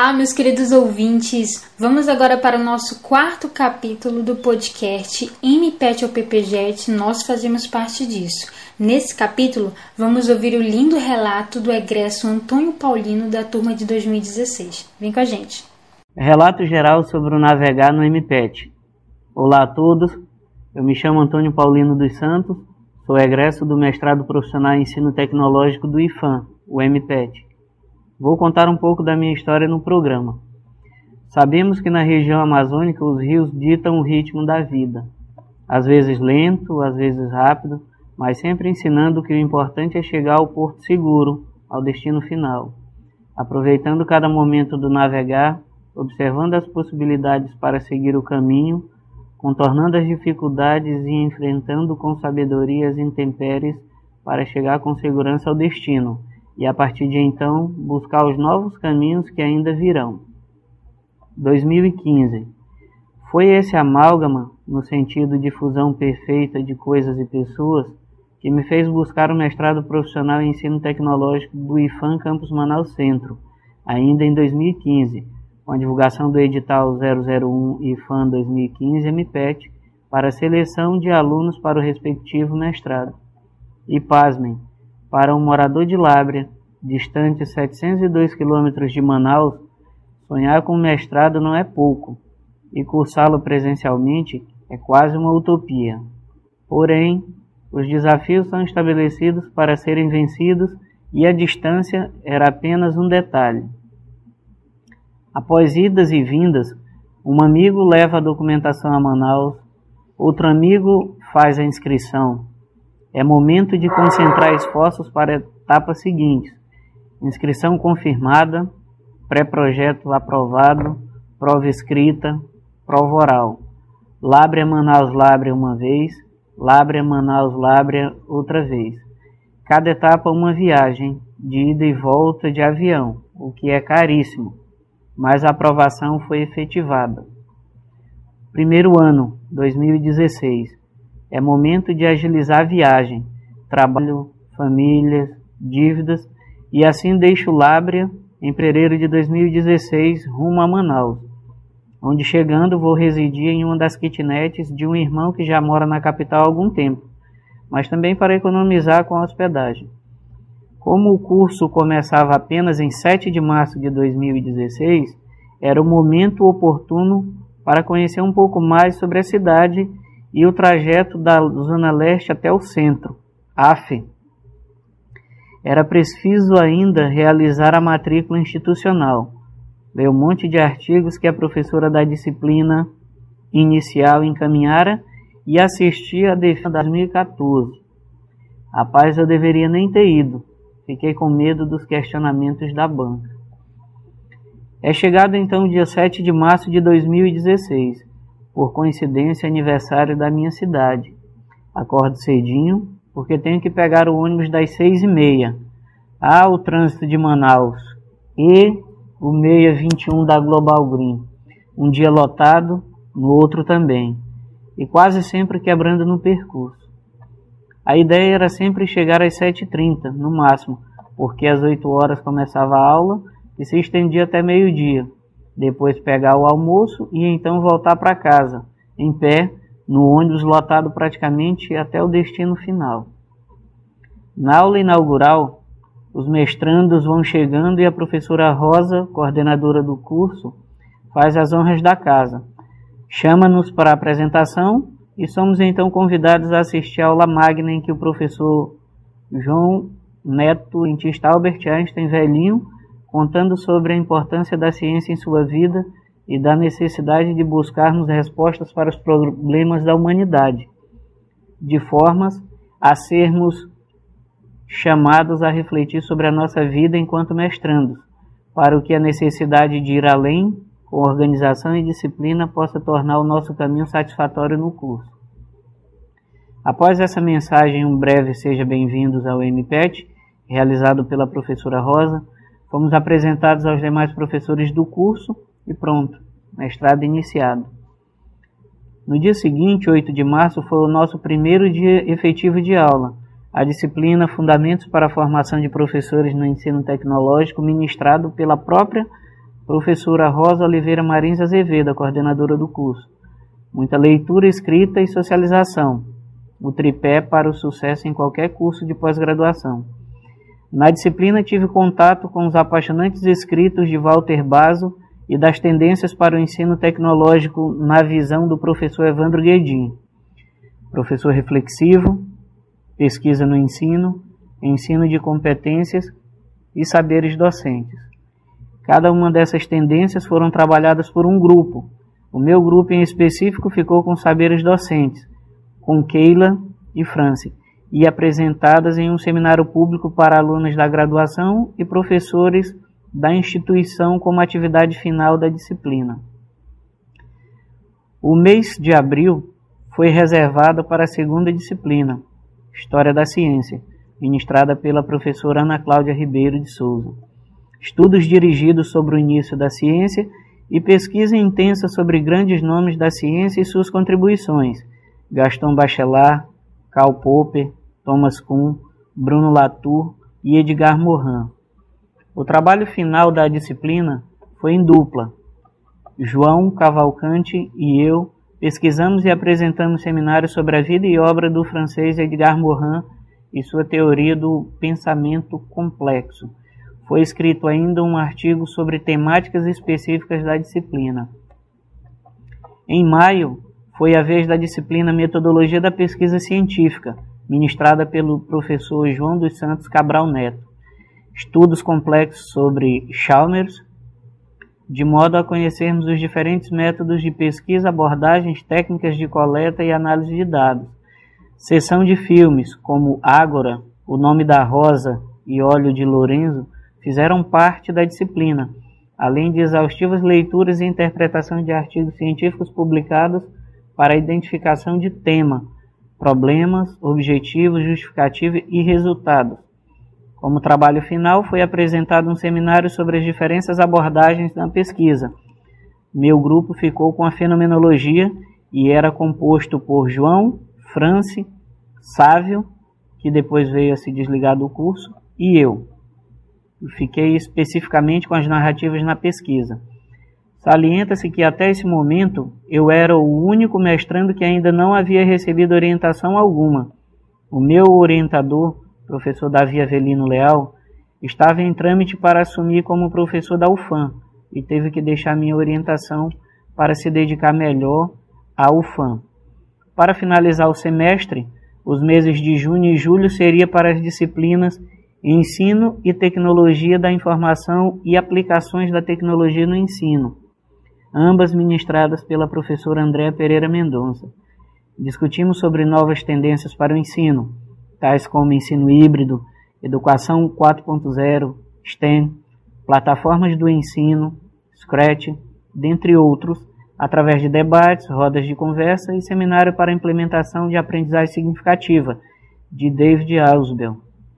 Olá, meus queridos ouvintes. Vamos agora para o nosso quarto capítulo do podcast MPET ou PPJet, nós fazemos parte disso. Nesse capítulo, vamos ouvir o lindo relato do egresso Antônio Paulino da turma de 2016. Vem com a gente. Relato geral sobre o navegar no MPET. Olá a todos, eu me chamo Antônio Paulino dos Santos, sou egresso do mestrado profissional em ensino tecnológico do IFAM, o MPET. Vou contar um pouco da minha história no programa. Sabemos que na região amazônica os rios ditam o ritmo da vida. Às vezes lento, às vezes rápido, mas sempre ensinando que o importante é chegar ao porto seguro, ao destino final. Aproveitando cada momento do navegar, observando as possibilidades para seguir o caminho, contornando as dificuldades e enfrentando com sabedoria as intempéries para chegar com segurança ao destino. E a partir de então, buscar os novos caminhos que ainda virão. 2015. Foi esse amálgama, no sentido de fusão perfeita de coisas e pessoas, que me fez buscar o mestrado profissional em ensino tecnológico do IFAM Campus Manaus Centro, ainda em 2015, com a divulgação do edital 001 IFAM 2015 MPET, para a seleção de alunos para o respectivo mestrado. E pasmem, para um morador de Lábrea, distante 702 km de Manaus, sonhar com mestrado não é pouco, e cursá-lo presencialmente é quase uma utopia. Porém, os desafios são estabelecidos para serem vencidos e a distância era apenas um detalhe. Após idas e vindas, um amigo leva a documentação a Manaus, outro amigo faz a inscrição. É momento de concentrar esforços para a etapa seguinte: inscrição confirmada, pré-projeto aprovado, prova escrita, prova oral. Lábrea, Manaus, Lábrea uma vez, Lábrea, Manaus, Lábrea outra vez. Cada etapa uma viagem, de ida e volta de avião, o que é caríssimo, mas a aprovação foi efetivada. Primeiro ano, 2016. É momento de agilizar a viagem, trabalho, famílias, dívidas, e assim deixo Lábrea em fevereiro de 2016 rumo a Manaus, onde chegando vou residir em uma das kitnets de um irmão que já mora na capital há algum tempo, mas também para economizar com a hospedagem. Como o curso começava apenas em 7 de março de 2016, era o momento oportuno para conhecer um pouco mais sobre a cidade e o trajeto da Zona Leste até o centro, AFE. Era preciso ainda realizar a matrícula institucional, ler um monte de artigos que a professora da disciplina inicial encaminhara e assistir à defesa de 2014. Rapaz, eu deveria nem ter ido, fiquei com medo dos questionamentos da banca. É chegado então o dia 7 de março de 2016, por coincidência, aniversário da minha cidade. Acordo cedinho, porque tenho que pegar o ônibus das 6h30. O trânsito de Manaus e o 621 da Global Green. Um dia lotado, no outro também. E quase sempre quebrando no percurso. A ideia era sempre chegar às 7h30, no máximo, porque às 8 horas começava a aula e se estendia até meio-dia. Depois pegar o almoço e então voltar para casa, em pé, no ônibus lotado praticamente até o destino final. Na aula inaugural, os mestrandos vão chegando e a professora Rosa, coordenadora do curso, faz as honras da casa. Chama-nos para a apresentação e somos então convidados a assistir a aula magna em que o professor João Neto, cientista Albert Einstein velhinho, contando sobre a importância da ciência em sua vida e da necessidade de buscarmos respostas para os problemas da humanidade, de formas a sermos chamados a refletir sobre a nossa vida enquanto mestrandos, para o que a necessidade de ir além, com organização e disciplina, possa tornar o nosso caminho satisfatório no curso. Após essa mensagem, um breve seja bem-vindos ao MPET, realizado pela professora Rosa, fomos apresentados aos demais professores do curso e pronto, mestrado iniciado. No dia seguinte, 8 de março, foi o nosso primeiro dia efetivo de aula, a disciplina Fundamentos para a Formação de Professores no Ensino Tecnológico, ministrado pela própria professora Rosa Oliveira Marins Azevedo, a coordenadora do curso. Muita leitura, escrita e socialização, o tripé para o sucesso em qualquer curso de pós-graduação. Na disciplina tive contato com os apaixonantes escritos de Walter Basso e das tendências para o ensino tecnológico na visão do professor Evandro Guedin. Professor reflexivo, pesquisa no ensino, ensino de competências e saberes docentes. Cada uma dessas tendências foram trabalhadas por um grupo. O meu grupo em específico ficou com saberes docentes, com Keila e France, e apresentadas em um seminário público para alunos da graduação e professores da instituição como atividade final da disciplina. O mês de abril foi reservado para a segunda disciplina, História da Ciência, ministrada pela professora Ana Cláudia Ribeiro de Souza. Estudos dirigidos sobre o início da ciência e pesquisa intensa sobre grandes nomes da ciência e suas contribuições, Gaston Bachelard, Karl Popper, Thomas Kuhn, Bruno Latour e Edgar Morin. O trabalho final da disciplina foi em dupla. João Cavalcante e eu pesquisamos e apresentamos seminários sobre a vida e obra do francês Edgar Morin e sua teoria do pensamento complexo. Foi escrito ainda um artigo sobre temáticas específicas da disciplina. Em maio, foi a vez da disciplina Metodologia da Pesquisa Científica, ministrada pelo professor João dos Santos Cabral Neto. Estudos complexos sobre Chalmers, de modo a conhecermos os diferentes métodos de pesquisa, abordagens, técnicas de coleta e análise de dados. Seção de filmes, como Ágora, O Nome da Rosa e Óleo de Lorenzo, fizeram parte da disciplina, além de exaustivas leituras e interpretação de artigos científicos publicados para a identificação de tema, problemas, objetivos, justificativa e resultados. Como trabalho final, foi apresentado um seminário sobre as diferentes abordagens na pesquisa. Meu grupo ficou com a fenomenologia e era composto por João, France, Sávio, que depois veio a se desligar do curso, e eu. Fiquei especificamente com as narrativas na pesquisa. Salienta-se que até esse momento eu era o único mestrando que ainda não havia recebido orientação alguma. O meu orientador, professor Davi Avelino Leal, estava em trâmite para assumir como professor da UFAM e teve que deixar minha orientação para se dedicar melhor à UFAM. Para finalizar o semestre, os meses de junho e julho seria para as disciplinas Ensino e Tecnologia da Informação e Aplicações da Tecnologia no Ensino, ambas ministradas pela professora Andréa Pereira Mendonça. Discutimos sobre novas tendências para o ensino, tais como ensino híbrido, educação 4.0, STEM, plataformas do ensino, Scratch, dentre outros, através de debates, rodas de conversa e seminário para implementação de aprendizagem significativa, de David Ausubel.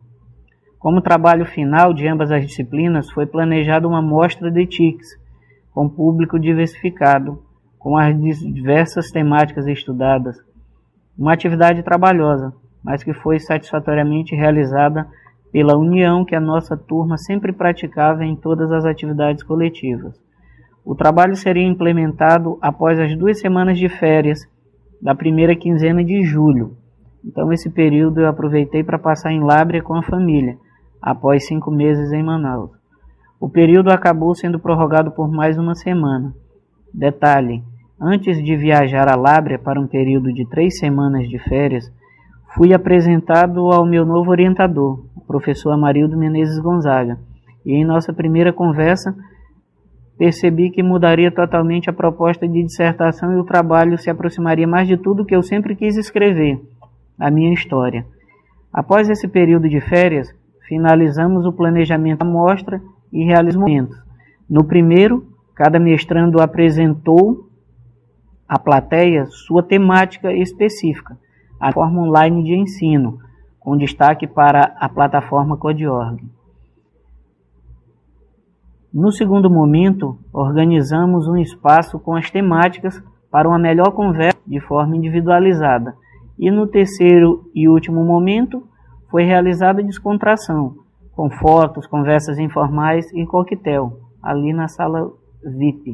Como trabalho final de ambas as disciplinas, foi planejada uma mostra de TICs, com público diversificado, com as diversas temáticas estudadas. Uma atividade trabalhosa, mas que foi satisfatoriamente realizada pela união que a nossa turma sempre praticava em todas as atividades coletivas. O trabalho seria implementado após as 2 semanas de férias da primeira quinzena de julho. Então esse período eu aproveitei para passar em Lábrea com a família, após 5 meses em Manaus. O período acabou sendo prorrogado por mais 1 semana. Detalhe, antes de viajar a Lábrea para um período de 3 semanas de férias, fui apresentado ao meu novo orientador, o professor Amarildo Menezes Gonzaga, e em nossa primeira conversa percebi que mudaria totalmente a proposta de dissertação e o trabalho se aproximaria mais de tudo que eu sempre quis escrever, a minha história. Após esse período de férias, finalizamos o planejamento da mostra e realizamos. No primeiro, cada mestrando apresentou à plateia sua temática específica, a forma online de ensino, com destaque para a plataforma Code.org. No segundo momento, organizamos um espaço com as temáticas para uma melhor conversa de forma individualizada. E no terceiro e último momento, foi realizada a descontração, com fotos, conversas informais e coquetel, ali na sala VIP.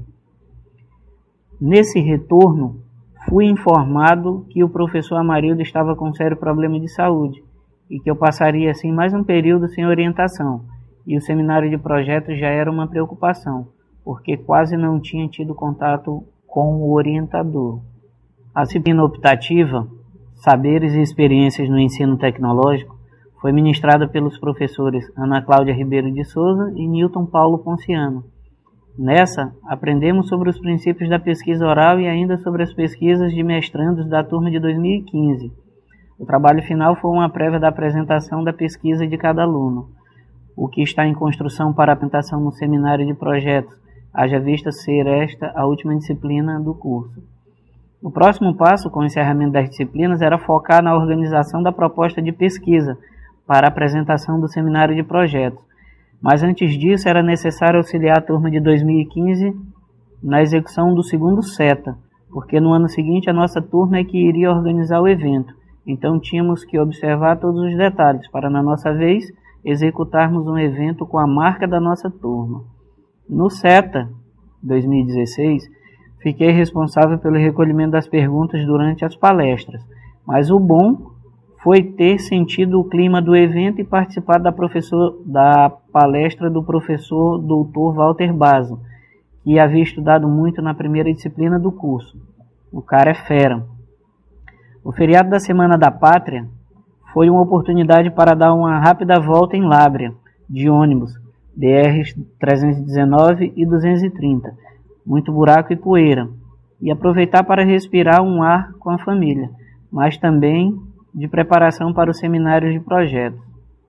Nesse retorno, fui informado que o professor Amarildo estava com sério problema de saúde e que eu passaria assim mais um período sem orientação, e o seminário de projetos já era uma preocupação, porque quase não tinha tido contato com o orientador. A disciplina optativa, Saberes e Experiências no Ensino Tecnológico, foi ministrada pelos professores Ana Cláudia Ribeiro de Souza e Newton Paulo Ponciano. Nessa, aprendemos sobre os princípios da pesquisa oral e ainda sobre as pesquisas de mestrandos da turma de 2015. O trabalho final foi uma prévia da apresentação da pesquisa de cada aluno, o que está em construção para apresentação no seminário de projetos, haja vista ser esta a última disciplina do curso. O próximo passo, com o encerramento das disciplinas, era focar na organização da proposta de pesquisa para a apresentação do seminário de projetos. Mas antes disso, era necessário auxiliar a turma de 2015 na execução do segundo SETA, porque no ano seguinte a nossa turma é que iria organizar o evento. Então tínhamos que observar todos os detalhes para, na nossa vez, executarmos um evento com a marca da nossa turma. No SETA 2016, fiquei responsável pelo recolhimento das perguntas durante as palestras, mas o bom foi ter sentido o clima do evento e participar da palestra do professor Dr. Walter Basso, que havia estudado muito na primeira disciplina do curso. O cara é fera. O feriado da Semana da Pátria foi uma oportunidade para dar uma rápida volta em Lábrea, de ônibus, BR 319 e 230, muito buraco e poeira, e aproveitar para respirar um ar com a família, mas também de preparação para os seminários de projetos.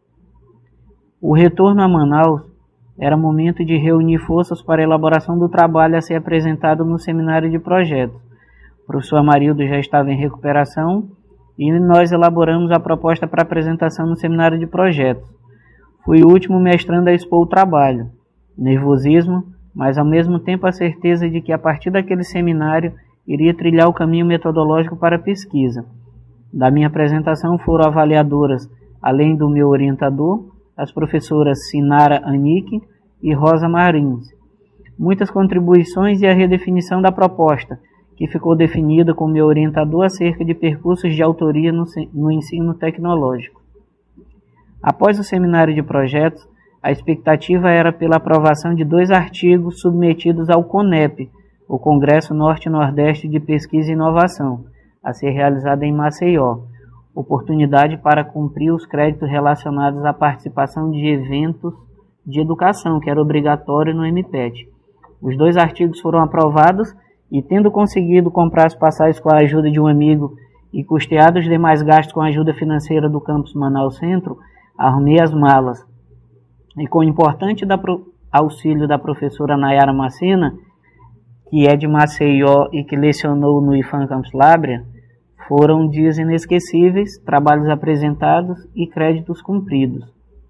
O retorno a Manaus era momento de reunir forças para a elaboração do trabalho a ser apresentado no seminário de projetos. O professor Amarildo já estava em recuperação e nós elaboramos a proposta para apresentação no seminário de projetos. Fui o último mestrando a expor o trabalho. Nervosismo, mas ao mesmo tempo a certeza de que a partir daquele seminário iria trilhar o caminho metodológico para a pesquisa. Da minha apresentação foram avaliadoras, além do meu orientador, as professoras Sinara Anique e Rosa Marins. Muitas contribuições e a redefinição da proposta, que ficou definida com meu orientador acerca de percursos de autoria no ensino tecnológico. Após o seminário de projetos, a expectativa era pela aprovação de 2 artigos submetidos ao CONEP, o Congresso Norte-Nordeste de Pesquisa e Inovação, a ser realizada em Maceió, oportunidade para cumprir os créditos relacionados à participação de eventos de educação, que era obrigatório no MPET. Os 2 artigos foram aprovados e, tendo conseguido comprar as passagens com a ajuda de um amigo e custeado os demais gastos com a ajuda financeira do campus Manaus Centro, arrumei as malas. E com o importante auxílio da professora Nayara Macena, que é de Maceió e que lecionou no IFAM Campus Lábrea, foram dias inesquecíveis, trabalhos apresentados e créditos cumpridos.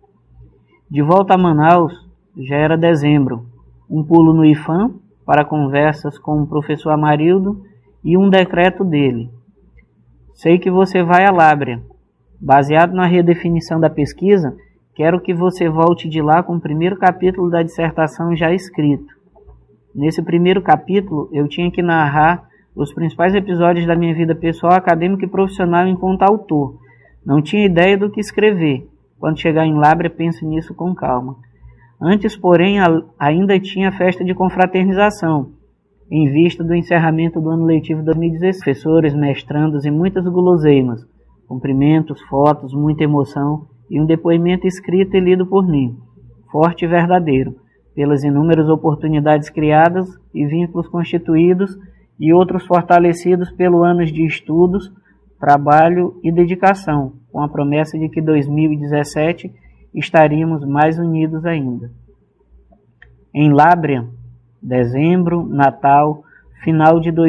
De volta a Manaus, já era dezembro, um pulo no IFAM para conversas com o professor Amarildo e um decreto dele. Sei que você vai a Lábrea. Baseado na redefinição da pesquisa, quero que você volte de lá com o primeiro capítulo da dissertação já escrito. Nesse primeiro capítulo, eu tinha que narrar os principais episódios da minha vida pessoal, acadêmica e profissional enquanto autor. Não tinha ideia do que escrever. Quando chegar em Lábrea, penso nisso com calma. Antes, porém, ainda tinha festa de confraternização, em vista do encerramento do ano letivo 2016. Professores, mestrandos e muitas guloseimas, cumprimentos, fotos, muita emoção e um depoimento escrito e lido por mim, forte e verdadeiro, pelas inúmeras oportunidades criadas e vínculos constituídos e outros fortalecidos pelo anos de estudos, trabalho e dedicação, com a promessa de que 2017 estaríamos mais unidos ainda. Em Lábrea, dezembro, Natal, final de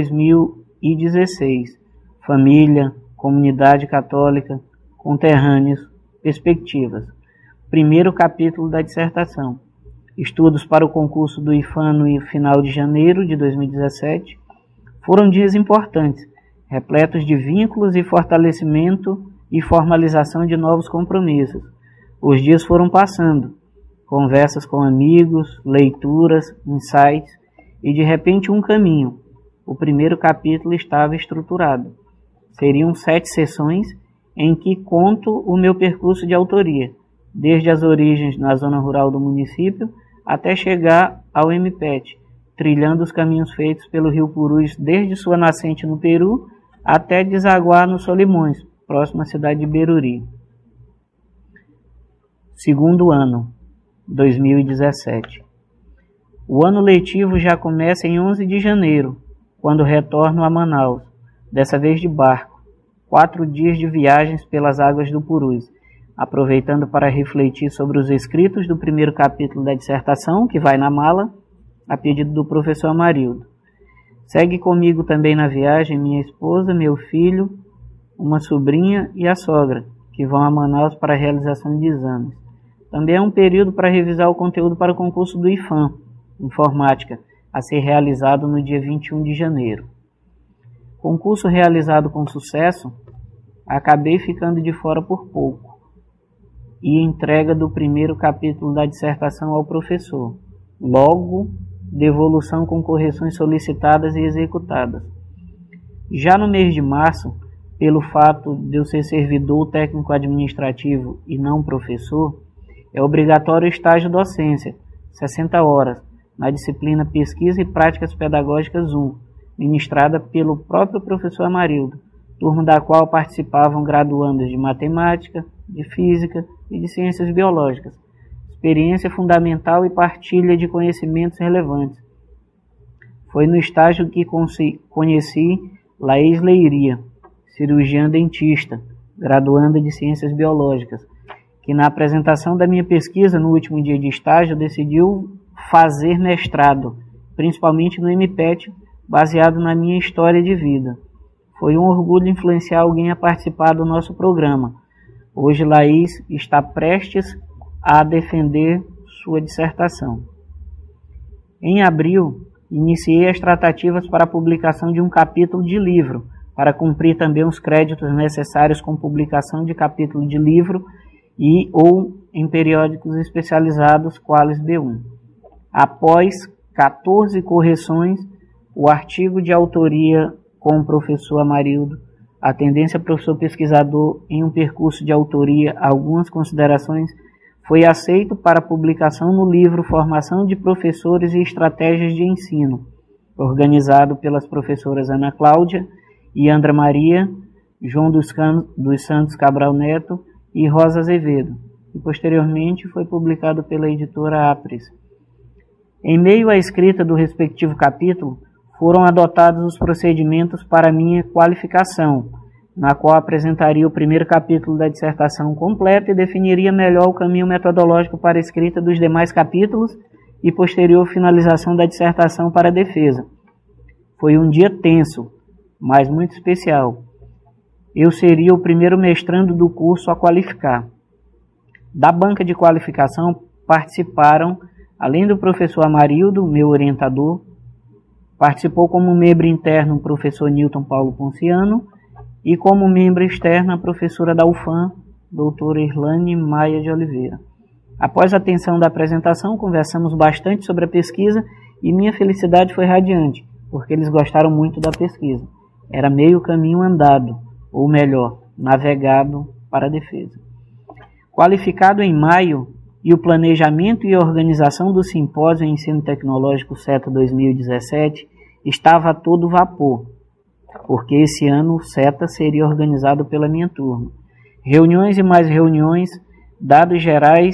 2016, família, comunidade católica, conterrâneos, perspectivas. Primeiro capítulo da dissertação. Estudos para o concurso do IFAM no final de janeiro de 2017. Foram dias importantes, repletos de vínculos e fortalecimento e formalização de novos compromissos. Os dias foram passando, conversas com amigos, leituras, insights, e de repente um caminho. O primeiro capítulo estava estruturado. Seriam 7 sessões em que conto o meu percurso de autoria, desde as origens na zona rural do município até chegar ao MPET, trilhando os caminhos feitos pelo rio Purus desde sua nascente no Peru até desaguar no Solimões, próximo à cidade de Beruri. Segundo ano, 2017. O ano letivo já começa em 11 de janeiro, quando retorno a Manaus, dessa vez de barco, 4 dias de viagens pelas águas do Purus, aproveitando para refletir sobre os escritos do primeiro capítulo da dissertação, que vai na mala, a pedido do professor Amarildo. Segue comigo também na viagem minha esposa, meu filho, uma sobrinha e a sogra, que vão a Manaus para a realização de exames. Também é um período para revisar o conteúdo para o concurso do IFAM, Informática, a ser realizado no dia 21 de janeiro. Concurso realizado com sucesso, acabei ficando de fora por pouco, e entrega do primeiro capítulo da dissertação ao professor, logo devolução com correções solicitadas e executadas. Já no mês de março, pelo fato de eu ser servidor técnico administrativo e não professor, é obrigatório o estágio docência, 60 horas, na disciplina Pesquisa e Práticas Pedagógicas 1, ministrada pelo próprio professor Amarildo, turma da qual participavam graduandos de Matemática, de Física e de Ciências Biológicas. Experiência fundamental e partilha de conhecimentos relevantes. Foi no estágio que conheci Laís Leiria, cirurgiã dentista, graduanda de Ciências Biológicas, que na apresentação da minha pesquisa no último dia de estágio decidiu fazer mestrado, principalmente no MPET, baseado na minha história de vida. Foi um orgulho influenciar alguém a participar do nosso programa. Hoje Laís está prestes a defender sua dissertação. Em abril, iniciei as tratativas para a publicação de um capítulo de livro, para cumprir também os créditos necessários com publicação de capítulo de livro e ou em periódicos especializados, quais B1. Após 14 correções, o artigo de autoria com o professor Amarildo, a tendência professor pesquisador em um percurso de autoria, algumas considerações, foi aceito para publicação no livro Formação de Professores e Estratégias de Ensino, organizado pelas professoras Ana Cláudia e Andra Maria, João dos Santos Cabral Neto e Rosa Azevedo, e posteriormente foi publicado pela editora Apres. Em meio à escrita do respectivo capítulo, foram adotados os procedimentos para minha qualificação, na qual apresentaria o primeiro capítulo da dissertação completa e definiria melhor o caminho metodológico para a escrita dos demais capítulos e posterior finalização da dissertação para a defesa. Foi um dia tenso, mas muito especial. Eu seria o primeiro mestrando do curso a qualificar. Da banca de qualificação participaram, além do professor Amarildo, meu orientador, participou como membro interno o professor Newton Paulo Ponciano e como membro externo a professora da UFAM, doutora Irlane Maia de Oliveira. Após a atenção da apresentação, conversamos bastante sobre a pesquisa e minha felicidade foi radiante, porque eles gostaram muito da pesquisa. Era meio caminho andado, ou melhor, navegado para a defesa. Qualificado em maio, e o planejamento e organização do Simpósio em Ensino Tecnológico CETA 2017 estava a todo vapor, porque esse ano o CETA seria organizado pela minha turma. Reuniões e mais reuniões, dados gerais,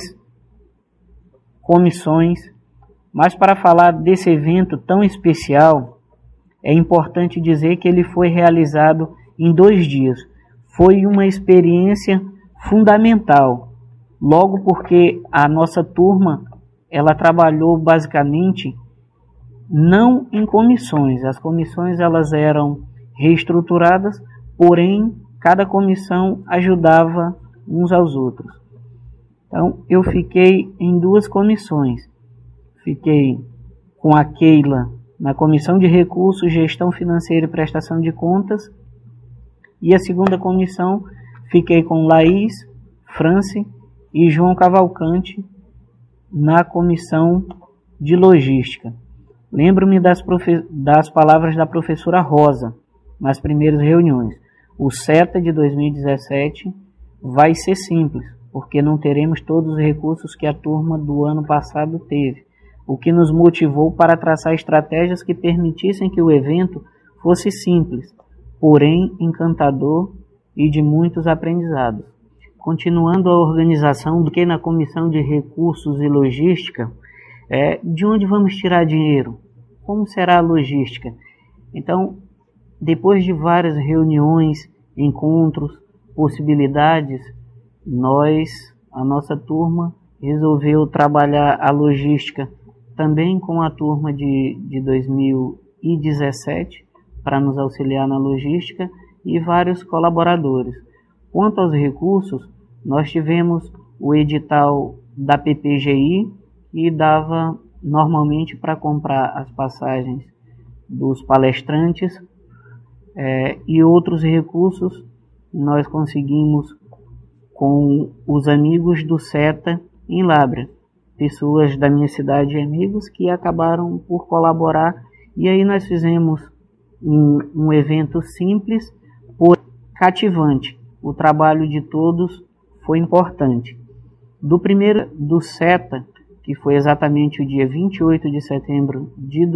comissões, mas para falar desse evento tão especial, é importante dizer que ele foi realizado em 2 dias. Foi uma experiência fundamental, logo porque a nossa turma ela trabalhou basicamente não em comissões. As comissões elas eram reestruturadas, porém cada comissão ajudava uns aos outros. Então eu fiquei em 2 comissões. Fiquei com a Keila na Comissão de Recursos, Gestão Financeira e Prestação de Contas, e a segunda comissão fiquei com Laís, France e João Cavalcante na Comissão de Logística. Lembro-me das palavras da professora Rosa nas primeiras reuniões. O CETA de 2017 vai ser simples, porque não teremos todos os recursos que a turma do ano passado teve, o que nos motivou para traçar estratégias que permitissem que o evento fosse simples, porém encantador e de muitos aprendizados. Continuando a organização do que na Comissão de Recursos e Logística, de onde vamos tirar dinheiro? Como será a logística? Então, depois de várias reuniões, encontros, possibilidades, a nossa turma, resolveu trabalhar a logística também com a turma de 2017, para nos auxiliar na logística, e vários colaboradores. Quanto aos recursos, nós tivemos o edital da PPGI, que dava normalmente para comprar as passagens dos palestrantes, e outros recursos nós conseguimos com os amigos do CETA em Lábrea, pessoas da minha cidade e amigos que acabaram por colaborar, e aí nós fizemos um evento simples, porém cativante. O trabalho de todos foi importante. Do CETA, que foi exatamente o dia 28 de setembro de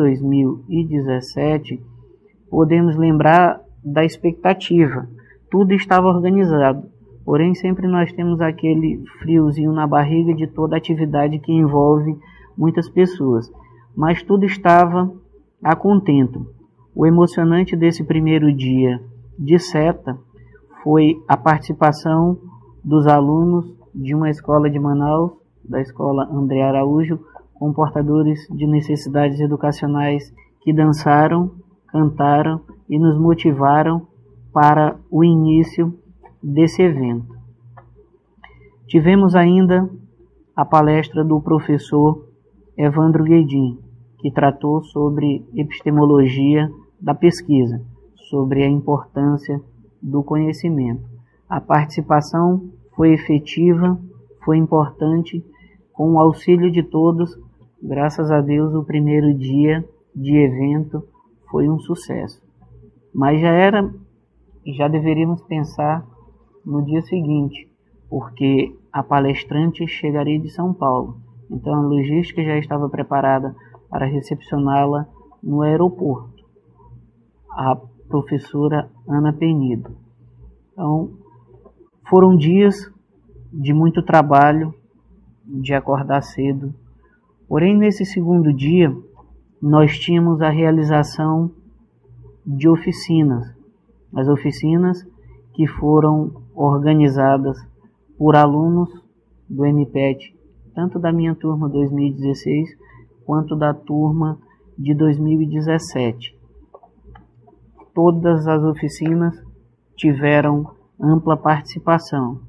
2017, podemos lembrar da expectativa. Tudo estava organizado, porém sempre nós temos aquele friozinho na barriga de toda atividade que envolve muitas pessoas, mas tudo estava a contento. O emocionante desse primeiro dia de CETA foi a participação dos alunos de uma escola de Manaus, da escola André Araújo, com portadores de necessidades educacionais que dançaram, cantaram e nos motivaram para o início desse evento. Tivemos ainda a palestra do professor Evandro Guedin, que tratou sobre epistemologia da pesquisa, sobre a importância do conhecimento. A participação foi efetiva, foi importante, com o auxílio de todos. Graças a Deus, o primeiro dia de evento foi um sucesso. Mas já deveríamos pensar no dia seguinte, porque a palestrante chegaria de São Paulo. Então a logística já estava preparada para recepcioná-la no aeroporto, a professora Ana Penido. Então, foram dias de muito trabalho, de acordar cedo. Porém, nesse segundo dia, nós tínhamos a realização de oficinas. As oficinas que foram organizadas por alunos do MPET, tanto da minha turma 2016, quanto da turma de 2017. Todas as oficinas tiveram ampla participação.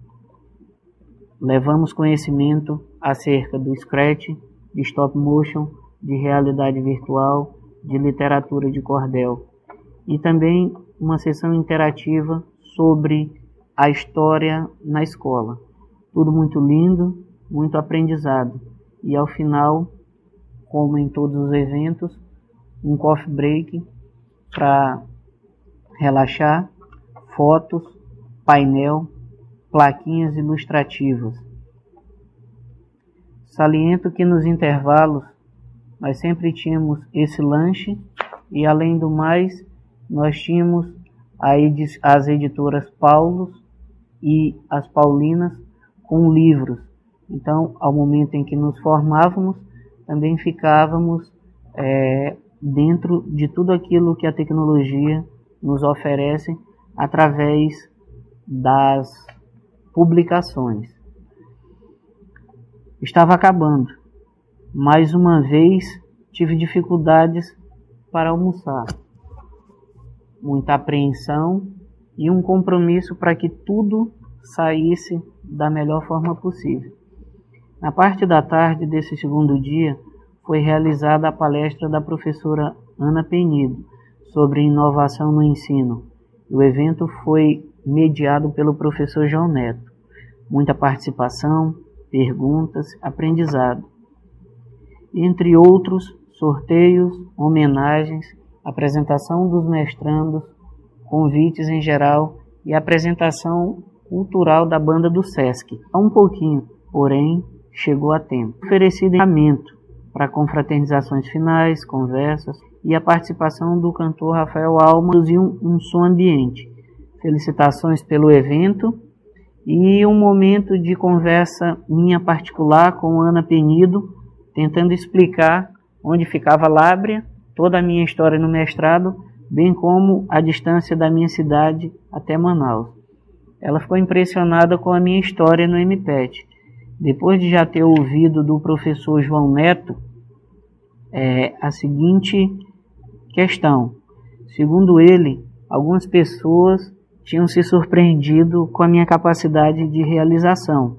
Levamos conhecimento acerca do Scratch, de Stop Motion, de realidade virtual, de literatura de cordel, e também uma sessão interativa sobre a história na escola. Tudo muito lindo, muito aprendizado. E ao final, como em todos os eventos, um coffee break para relaxar, fotos, painel, plaquinhas ilustrativas. Saliento que nos intervalos nós sempre tínhamos esse lanche, e além do mais nós tínhamos as editoras Paulos e as Paulinas com livros. Então, ao momento em que nos formávamos, também ficávamos dentro de tudo aquilo que a tecnologia nos oferece através das publicações. Estava acabando. Mais uma vez tive dificuldades para almoçar. Muita apreensão e um compromisso para que tudo saísse da melhor forma possível. Na parte da tarde desse segundo dia, foi realizada a palestra da professora Ana Penido sobre inovação no ensino. O evento foi mediado pelo professor João Neto. Muita participação, perguntas, aprendizado. Entre outros, sorteios, homenagens, apresentação dos mestrandos, convites em geral e apresentação cultural da banda do Sesc. Um pouquinho, porém, chegou a tempo. Oferecido encaminhamento para confraternizações finais, conversas e a participação do cantor Rafael Alma produziu um som ambiente. Felicitações pelo evento e um momento de conversa minha particular com Ana Penido, tentando explicar onde ficava Lábrea, toda a minha história no mestrado, bem como a distância da minha cidade até Manaus. Ela ficou impressionada com a minha história no MPET. Depois de já ter ouvido do professor João Neto a seguinte questão. Segundo ele, algumas pessoas tinham se surpreendido com a minha capacidade de realização,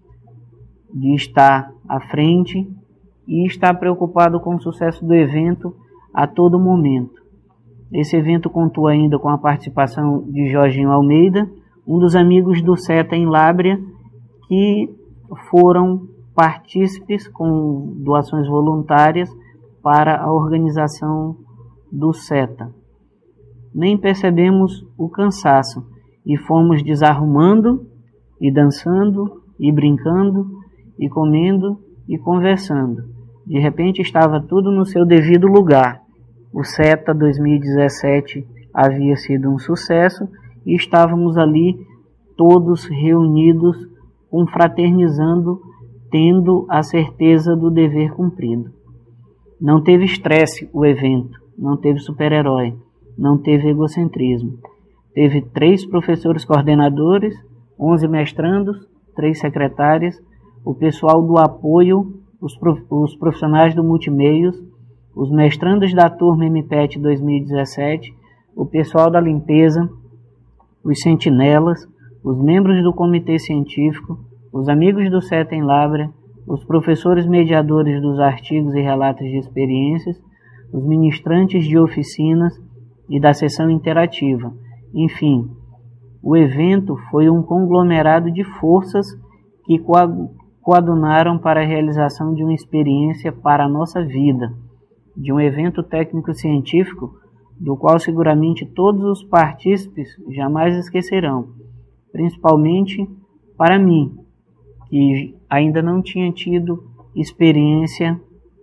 de estar à frente e estar preocupado com o sucesso do evento a todo momento. Esse evento contou ainda com a participação de Jorginho Almeida, um dos amigos do SETA em Lábrea, que foram partícipes com doações voluntárias para a organização do SETA. Nem percebemos o cansaço e fomos desarrumando e dançando e brincando e comendo e conversando. De repente estava tudo no seu devido lugar. O SETA 2017 havia sido um sucesso e estávamos ali todos reunidos, confraternizando, tendo a certeza do dever cumprido. Não teve estresse o evento, não teve super-herói, não teve egocentrismo. Teve 3 professores coordenadores, 11 mestrandos, 3 secretárias, o pessoal do apoio, os profissionais do multimeios, os mestrandos da turma MPET 2017, o pessoal da limpeza, os sentinelas, os membros do comitê científico, os amigos do SETA em Lábrea, os professores mediadores dos artigos e relatos de experiências, os ministrantes de oficinas e da sessão interativa. Enfim, o evento foi um conglomerado de forças que coadunaram para a realização de uma experiência para a nossa vida, de um evento técnico-científico do qual seguramente todos os partícipes jamais esquecerão, principalmente para mim, que ainda não tinha tido experiência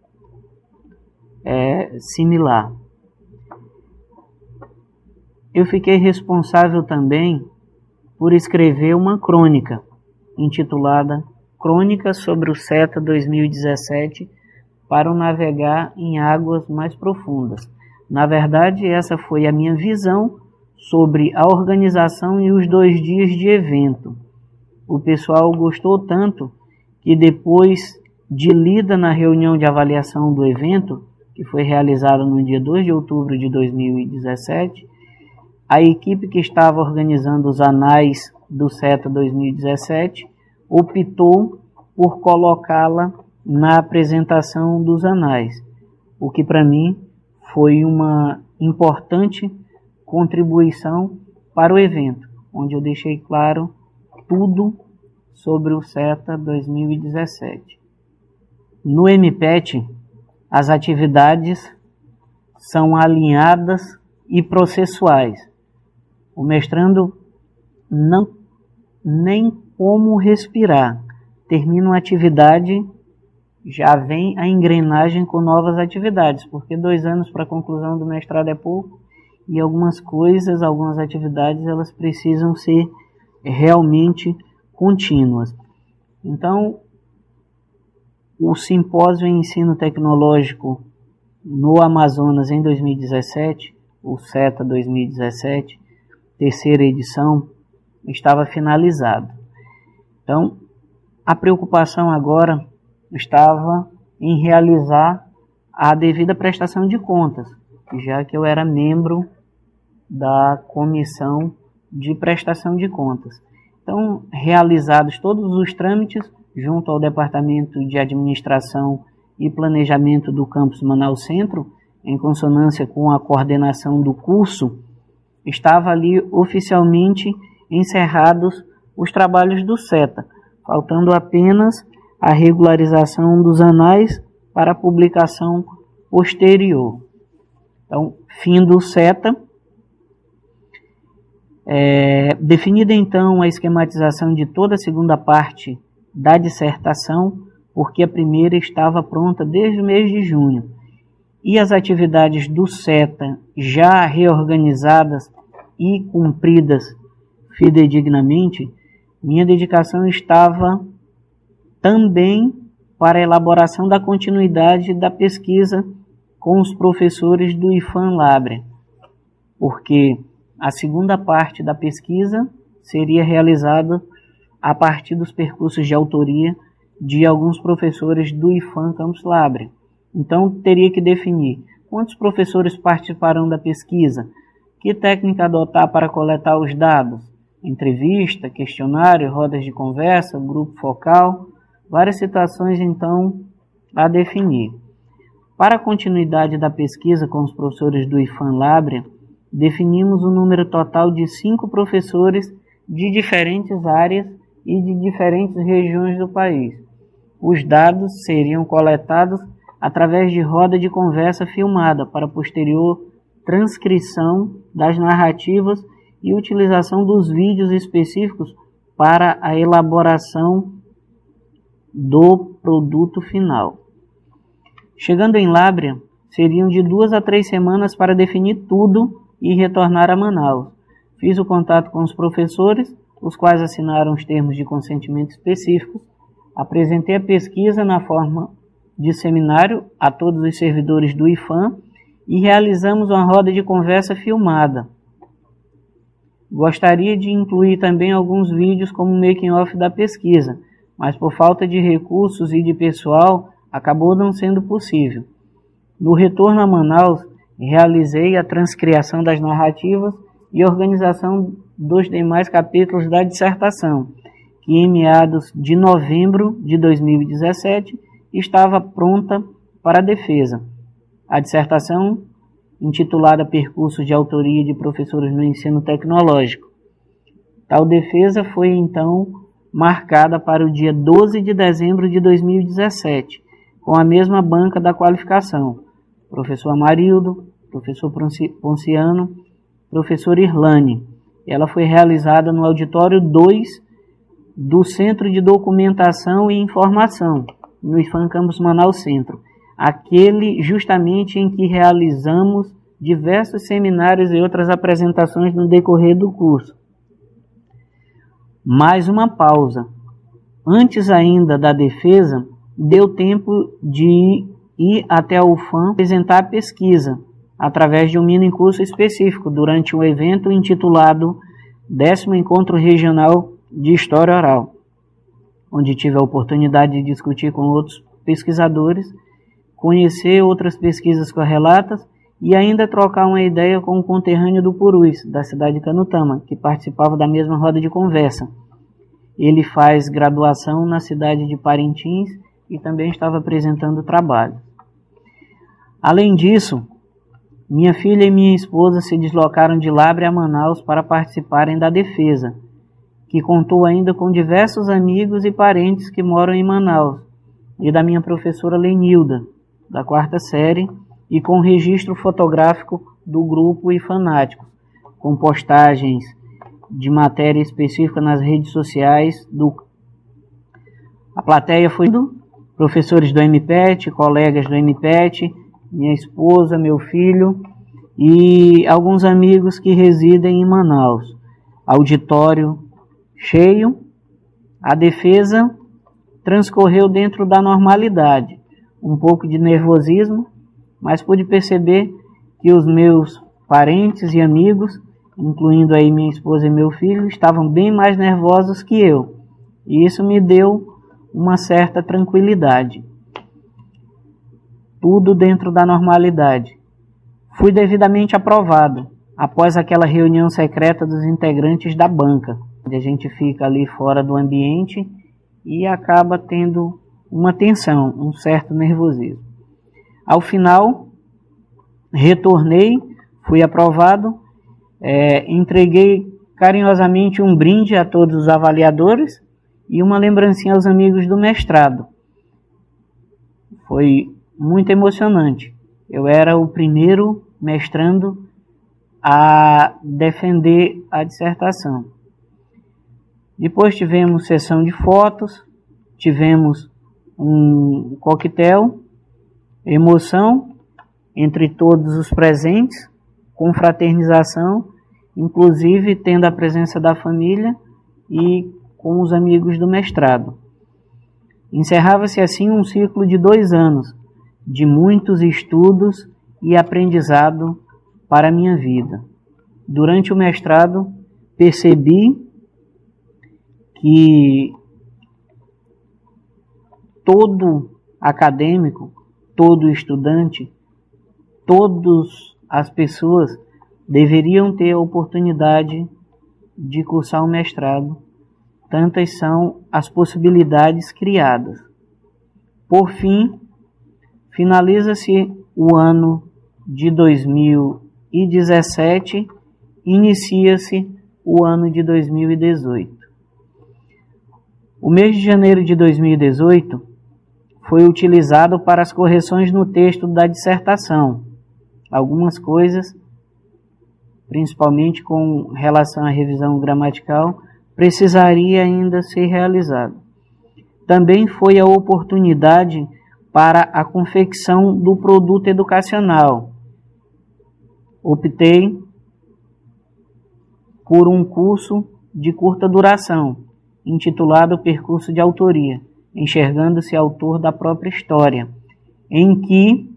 similar. Eu fiquei responsável também por escrever uma crônica, intitulada Crônica sobre o SETA 2017 para o navegar em águas mais profundas. Na verdade, essa foi a minha visão sobre a organização e os 2 dias de evento. O pessoal gostou tanto que depois de lida na reunião de avaliação do evento, que foi realizada no dia 2 de outubro de 2017, a equipe que estava organizando os anais do SETA 2017 optou por colocá-la na apresentação dos anais, o que para mim foi uma importante contribuição para o evento, onde eu deixei claro tudo sobre o SETA 2017. No MPET, as atividades são alinhadas e processuais. O mestrando não nem como respirar. Termina uma atividade, já vem a engrenagem com novas atividades, porque 2 anos para a conclusão do mestrado é pouco, e algumas coisas, algumas atividades, elas precisam ser realmente contínuas. Então, o Simpósio em Ensino Tecnológico no Amazonas em 2017, o SETA 2017, 3ª edição, estava finalizado. Então, a preocupação agora estava em realizar a devida prestação de contas, já que eu era membro da comissão de prestação de contas. Então, realizados todos os trâmites junto ao Departamento de Administração e Planejamento do Campus Manaus Centro, em consonância com a coordenação do curso, estava ali oficialmente encerrados os trabalhos do SETA, faltando apenas a regularização dos anais para a publicação posterior. Então, fim do SETA. Definida então a esquematização de toda a segunda parte da dissertação, porque a primeira estava pronta desde o mês de junho, e as atividades do SETA já reorganizadas e cumpridas fidedignamente, minha dedicação estava também para a elaboração da continuidade da pesquisa com os professores do IFAM Lábrea, porque a segunda parte da pesquisa seria realizada a partir dos percursos de autoria de alguns professores do IFAM Campus Lábrea. Então, teria que definir quantos professores participarão da pesquisa, que técnica adotar para coletar os dados, entrevista, questionário, rodas de conversa, grupo focal, várias situações, então, a definir. Para a continuidade da pesquisa com os professores do IFAM Lábrea, definimos um número total de 5 professores de diferentes áreas e de diferentes regiões do país. Os dados seriam coletados através de roda de conversa filmada para posterior transcrição das narrativas e utilização dos vídeos específicos para a elaboração do produto final. Chegando em Lábrea, seriam de 2 a 3 semanas para definir tudo e retornar a Manaus. Fiz o contato com os professores, os quais assinaram os termos de consentimento específicos, apresentei a pesquisa na forma de seminário a todos os servidores do IFAM e realizamos uma roda de conversa filmada. Gostaria de incluir também alguns vídeos como making-off da pesquisa, mas por falta de recursos e de pessoal, acabou não sendo possível. No retorno a Manaus, realizei a transcriação das narrativas e organização dos demais capítulos da dissertação, que em meados de novembro de 2017 estava pronta para a defesa. A dissertação, intitulada Percurso de Autoria de Professores no Ensino Tecnológico. Tal defesa foi então marcada para o dia 12 de dezembro de 2017, com a mesma banca da qualificação, professor Amarildo, professor Ponciano, professor Irlane. Ela foi realizada no auditório 2 do Centro de Documentação e Informação, no IFAM Campus Manaus Centro, aquele justamente em que realizamos diversos seminários e outras apresentações no decorrer do curso. Mais uma pausa. Antes ainda da defesa, deu tempo de ir até a UFAM apresentar a pesquisa, através de um mini curso específico, durante um evento intitulado 10º Encontro Regional de História Oral, onde tive a oportunidade de discutir com outros pesquisadores, conhecer outras pesquisas correlatas e ainda trocar uma ideia com o conterrâneo do Purus, da cidade de Canutama, que participava da mesma roda de conversa. Ele faz graduação na cidade de Parintins e também estava apresentando trabalho. Além disso, minha filha e minha esposa se deslocaram de Lábrea a Manaus para participarem da defesa, que contou ainda com diversos amigos e parentes que moram em Manaus, e da minha professora Lenilda, da 4ª série, e com registro fotográfico do grupo e fanáticos, com postagens de matéria específica nas redes sociais. A plateia foi do professores do MPET, colegas do MPET, minha esposa, meu filho e alguns amigos que residem em Manaus. Auditório cheio. A defesa transcorreu dentro da normalidade, um pouco de nervosismo, mas pude perceber que os meus parentes e amigos, incluindo aí minha esposa e meu filho, estavam bem mais nervosos que eu, e isso me deu uma certa tranquilidade. Tudo dentro da normalidade. Fui devidamente aprovado, após aquela reunião secreta dos integrantes da banca, onde a gente fica ali fora do ambiente e acaba tendo uma tensão, um certo nervosismo. Ao final, retornei, fui aprovado, entreguei carinhosamente um brinde a todos os avaliadores e uma lembrancinha aos amigos do mestrado. Foi muito emocionante. Eu era o primeiro mestrando a defender a dissertação. Depois tivemos sessão de fotos, tivemos um coquetel, emoção entre todos os presentes, confraternização, inclusive tendo a presença da família e com os amigos do mestrado. Encerrava-se assim um ciclo de 2 anos, de muitos estudos e aprendizado para a minha vida. Durante o mestrado, percebi que todo acadêmico, todo estudante, todas as pessoas deveriam ter a oportunidade de cursar um mestrado. Tantas são as possibilidades criadas. Por fim, finaliza-se o ano de 2017, inicia-se o ano de 2018. O mês de janeiro de 2018 foi utilizado para as correções no texto da dissertação. Algumas coisas, principalmente com relação à revisão gramatical, precisaria ainda ser realizado. Também foi a oportunidade para a confecção do produto educacional. Optei por um curso de curta duração, intitulado Percurso de Autoria, enxergando-se autor da própria história, em que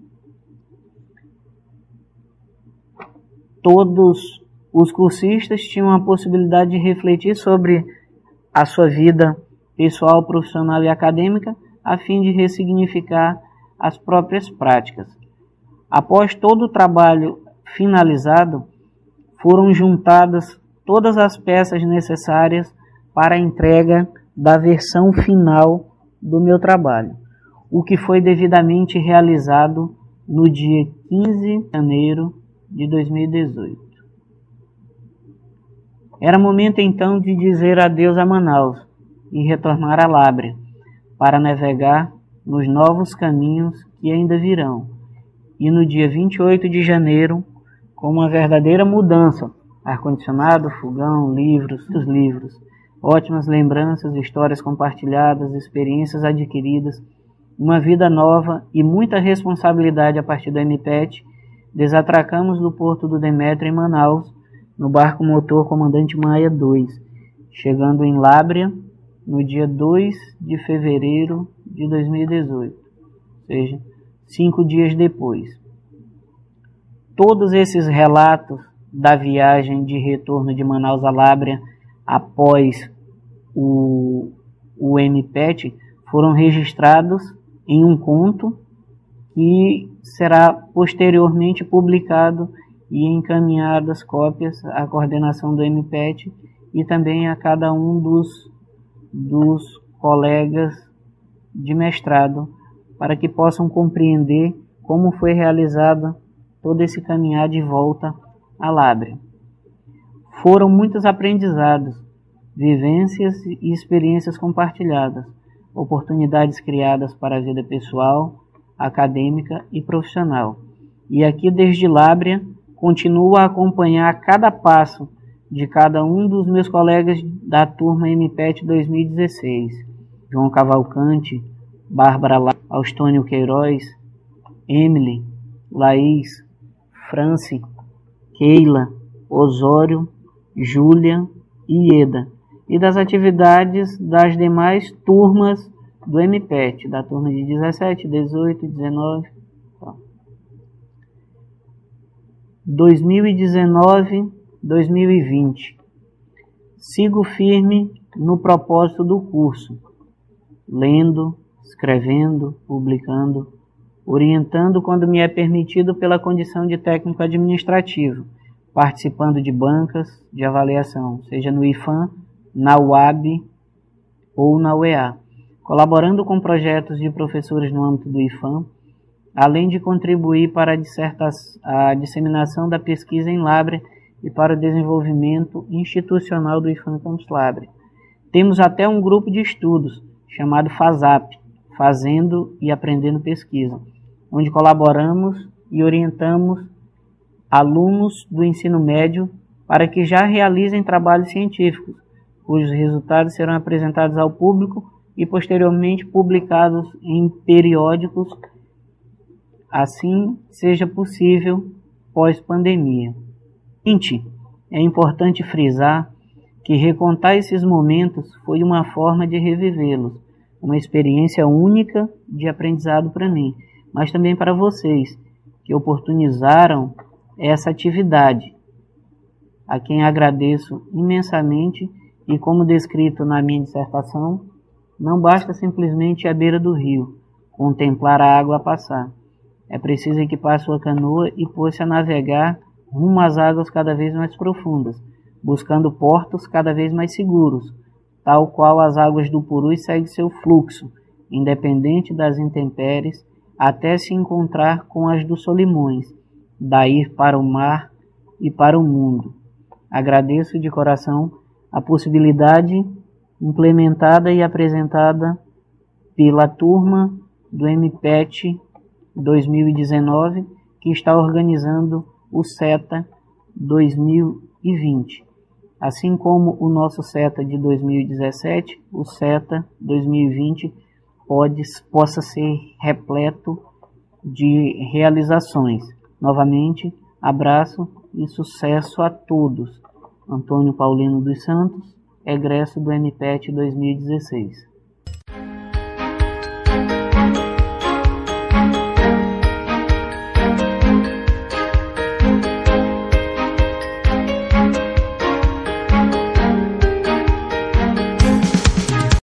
todos os cursistas tinham a possibilidade de refletir sobre a sua vida pessoal, profissional e acadêmica, a fim de ressignificar as próprias práticas. Após todo o trabalho finalizado, foram juntadas todas as peças necessárias para a entrega da versão final do meu trabalho, o que foi devidamente realizado no dia 15 de janeiro de 2018. Era momento então de dizer adeus a Manaus e retornar a Lábrea, para navegar nos novos caminhos que ainda virão. E no dia 28 de janeiro, com uma verdadeira mudança, ar-condicionado, fogão, livros, ótimas lembranças, histórias compartilhadas, experiências adquiridas, uma vida nova e muita responsabilidade a partir do MPET, desatracamos do porto do Demétrio em Manaus, no barco motor Comandante Maia 2, chegando em Lábrea no dia 2 de fevereiro de 2018, ou seja, 5 dias depois. Todos esses relatos da viagem de retorno de Manaus a Lábrea após o MPET foram registrados em um conto que será posteriormente publicado e encaminhadas cópias à coordenação do MPET e também a cada um dos colegas de mestrado, para que possam compreender como foi realizado todo esse caminhar de volta à Lábrea. Foram muitos aprendizados, vivências e experiências compartilhadas, oportunidades criadas para a vida pessoal, acadêmica e profissional. E aqui desde Lábrea continuo a acompanhar cada passo de cada um dos meus colegas da turma MPET 2016. João Cavalcante, Bárbara Austônio Queiroz, Emily, Laís, Franci, Keila, Osório, Júlia e Ieda. E das atividades das demais turmas do MPET, da turma de 17, 18, 19... 2019, 2020. Sigo firme no propósito do curso, lendo, escrevendo, publicando, orientando quando me é permitido pela condição de técnico administrativo, participando de bancas de avaliação, seja no IFAM, na UAB ou na UEA, colaborando com projetos de professores no âmbito do IFAM, além de contribuir para a disseminação da pesquisa em Lábrea e para o desenvolvimento institucional do IFAM Campus Lábrea. Temos até um grupo de estudos, chamado FASAP, Fazendo e Aprendendo Pesquisa, onde colaboramos e orientamos alunos do ensino médio para que já realizem trabalhos científicos, cujos resultados serão apresentados ao público e posteriormente publicados em periódicos, assim seja possível pós-pandemia. É importante frisar que recontar esses momentos foi uma forma de revivê-los, uma experiência única de aprendizado para mim, mas também para vocês, que oportunizaram essa atividade, a quem agradeço imensamente. E como descrito na minha dissertação, não basta simplesmente ir à beira do rio, contemplar a água passar. É preciso equipar sua canoa e pôr-se a navegar rumo às águas cada vez mais profundas, buscando portos cada vez mais seguros, tal qual as águas do Purus seguem seu fluxo, independente das intempéries, até se encontrar com as do Solimões, daí para o mar e para o mundo. Agradeço de coração a possibilidade implementada e apresentada pela turma do MPET 2019, que está organizando o CETA 2020. Assim como o nosso CETA de 2017, o CETA 2020 possa ser repleto de realizações. Novamente, abraço e sucesso a todos. Antônio Paulino dos Santos, egresso do MPET 2016.